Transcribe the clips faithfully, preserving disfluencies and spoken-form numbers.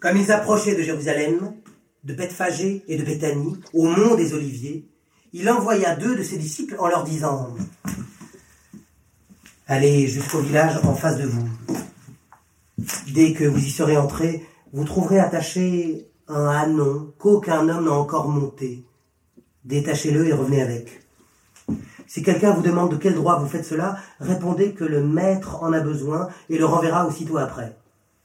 Comme ils approchaient de Jérusalem, de Bethphagée et de Béthanie, au mont des Oliviers, il envoya deux de ses disciples en leur disant « Allez jusqu'au village en face de vous. Dès que vous y serez entrés, vous trouverez attaché un ânon qu'aucun homme n'a encore monté. Détachez-le et revenez avec. Si quelqu'un vous demande de quel droit vous faites cela, répondez que le maître en a besoin et le renverra aussitôt après. »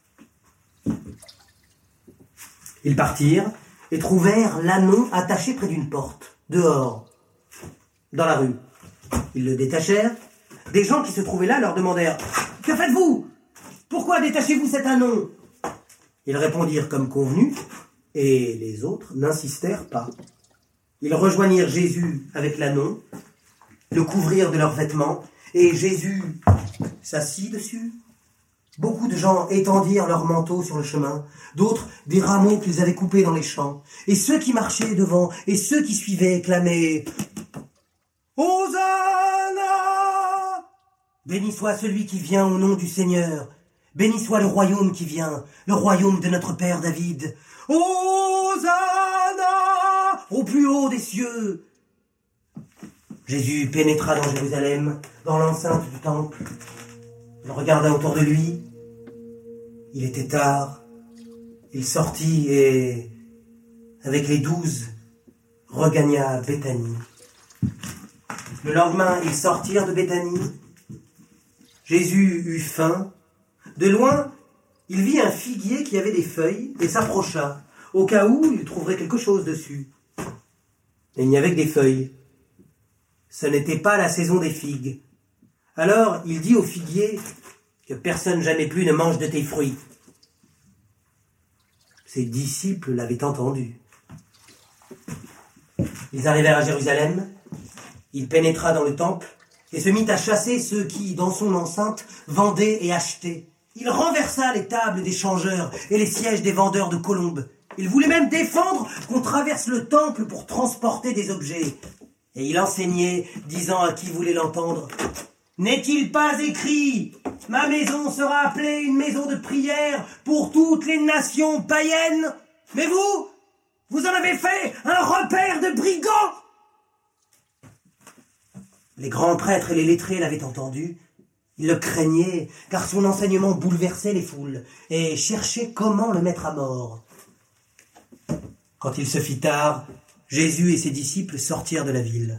Ils partirent et trouvèrent l'ânon attaché près d'une porte, dehors, dans la rue. Ils le détachèrent. Des gens qui se trouvaient là leur demandèrent « Que faites-vous ? Pourquoi détachez-vous cet ânon ?» Ils répondirent comme convenu, et les autres n'insistèrent pas. Ils rejoignirent Jésus avec l'ânon, le couvrirent de leurs vêtements, et Jésus s'assit dessus. Beaucoup de gens étendirent leurs manteaux sur le chemin, d'autres des rameaux qu'ils avaient coupés dans les champs, et ceux qui marchaient devant et ceux qui suivaient clamaient « Hosanna ! Béni soit celui qui vient au nom du Seigneur, béni soit le royaume qui vient, le royaume de notre Père David. Hosanna au plus haut des cieux !» Jésus pénétra dans Jérusalem, dans l'enceinte du temple. Il regarda autour de lui. Il était tard. Il sortit et, avec les douze, regagna Béthanie. Le lendemain, ils sortirent de Béthanie. Jésus eut faim. De loin, il vit un figuier qui avait des feuilles et s'approcha, au cas où il trouverait quelque chose dessus. Et il n'y avait que des feuilles. Ce n'était pas la saison des figues. Alors il dit au figuier que personne jamais plus ne mange de tes fruits. Ses disciples l'avaient entendu. Ils arrivèrent à Jérusalem. Il pénétra dans le temple et se mit à chasser ceux qui, dans son enceinte, vendaient et achetaient. Il renversa les tables des changeurs et les sièges des vendeurs de colombes. Il voulait même défendre qu'on traverse le temple pour transporter des objets. Et il enseignait, disant à qui voulait l'entendre « N'est-il pas écrit ? Ma maison sera appelée une maison de prière pour toutes les nations païennes. Mais vous, vous en avez fait un repère de brigands !» Les grands prêtres et les lettrés l'avaient entendu. Ils le craignaient, car son enseignement bouleversait les foules, et cherchaient comment le mettre à mort. Quand il se fit tard, Jésus et ses disciples sortirent de la ville.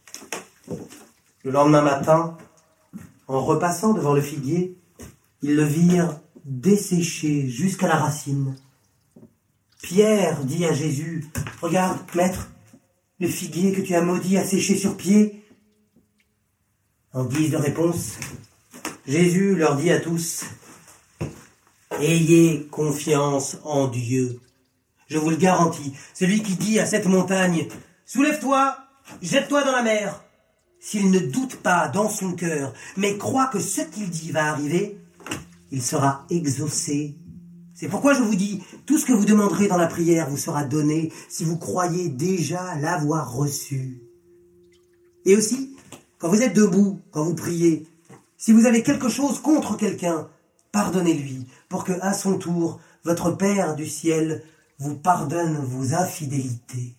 Le lendemain matin, en repassant devant le figuier, ils le virent desséché jusqu'à la racine. Pierre dit à Jésus, « Regarde, maître, le figuier que tu as maudit a séché sur pied. » En guise de réponse, Jésus leur dit à tous, « Ayez confiance en Dieu. Je vous le garantis, celui qui dit à cette montagne, « Soulève-toi, jette-toi dans la mer », s'il ne doute pas dans son cœur, mais croit que ce qu'il dit va arriver, il sera exaucé. C'est pourquoi je vous dis, tout ce que vous demanderez dans la prière vous sera donné si vous croyez déjà l'avoir reçu. Et aussi, quand vous êtes debout, quand vous priez, si vous avez quelque chose contre quelqu'un, pardonnez-lui, pour que, à son tour, votre Père du ciel vous pardonne vos infidélités.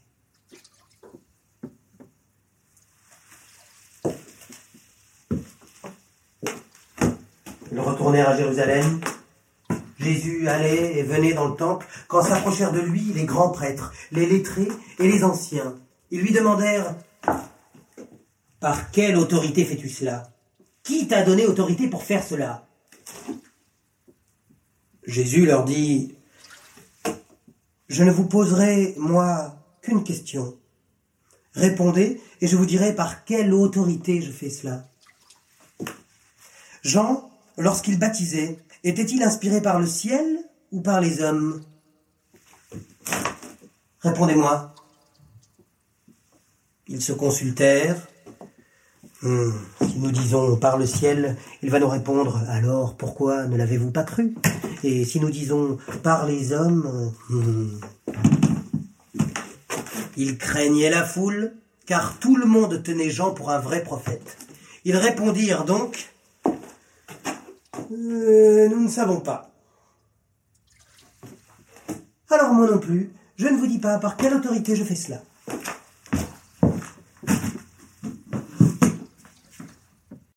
Ils retournèrent à Jérusalem. Jésus allait et venait dans le temple quand s'approchèrent de lui les grands prêtres, les lettrés et les anciens. Ils lui demandèrent « Par quelle autorité fais-tu cela ? Qui t'a donné autorité pour faire cela ?» Jésus leur dit « Je ne vous poserai, moi, qu'une question. Répondez et je vous dirai par quelle autorité je fais cela. » Jean, lorsqu'il baptisait, était-il inspiré par le ciel ou par les hommes ? Répondez-moi. Ils se consultèrent. Hum, si nous disons par le ciel, il va nous répondre, alors pourquoi ne l'avez-vous pas cru ? Et si nous disons par les hommes, hum, il craignait la foule, car tout le monde tenait Jean pour un vrai prophète. Ils répondirent donc, Euh, nous ne savons pas. Alors moi non plus, je ne vous dis pas par quelle autorité je fais cela.